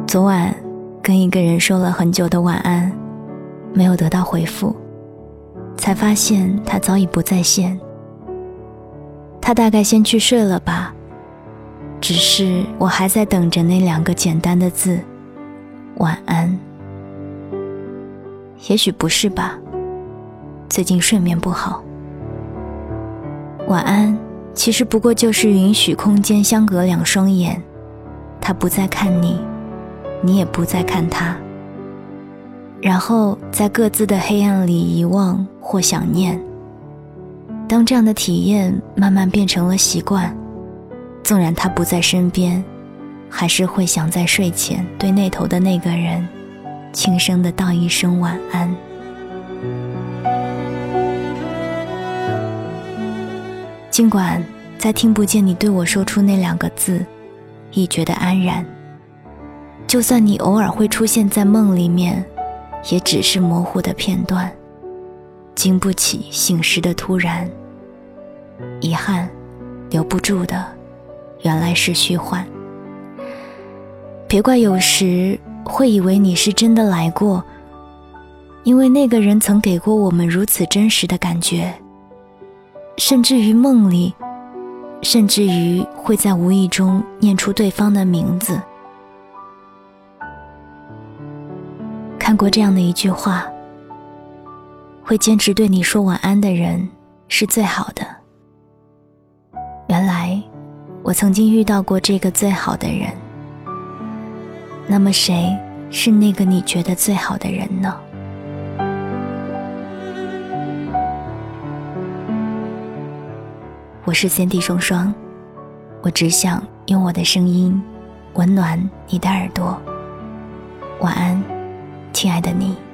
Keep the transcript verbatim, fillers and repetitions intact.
昨晚跟一个人说了很久的晚安，没有得到回复，才发现他早已不在线。他大概先去睡了吧，只是我还在等着那两个简单的字，晚安。也许不是吧，最近睡眠不好。晚安其实不过就是允许空间相隔两双眼，他不再看你，你也不再看他，然后在各自的黑暗里遗忘或想念。当这样的体验慢慢变成了习惯，纵然他不在身边，还是会想在睡前对那头的那个人轻声地道一声晚安。尽管在听不见你对我说出那两个字亦觉得安然，就算你偶尔会出现在梦里面，也只是模糊的片段，经不起醒时的突然。遗憾留不住的原来是虚幻，别怪有时会以为你是真的来过，因为那个人曾给过我们如此真实的感觉，甚至于梦里，甚至于会在无意中念出对方的名字。看过这样的一句话，会坚持对你说晚安的人是最好的。原来我曾经遇到过这个最好的人，那么谁是那个你觉得最好的人呢？我是三 D 双双，我只想用我的声音温暖你的耳朵。晚安，亲爱的你。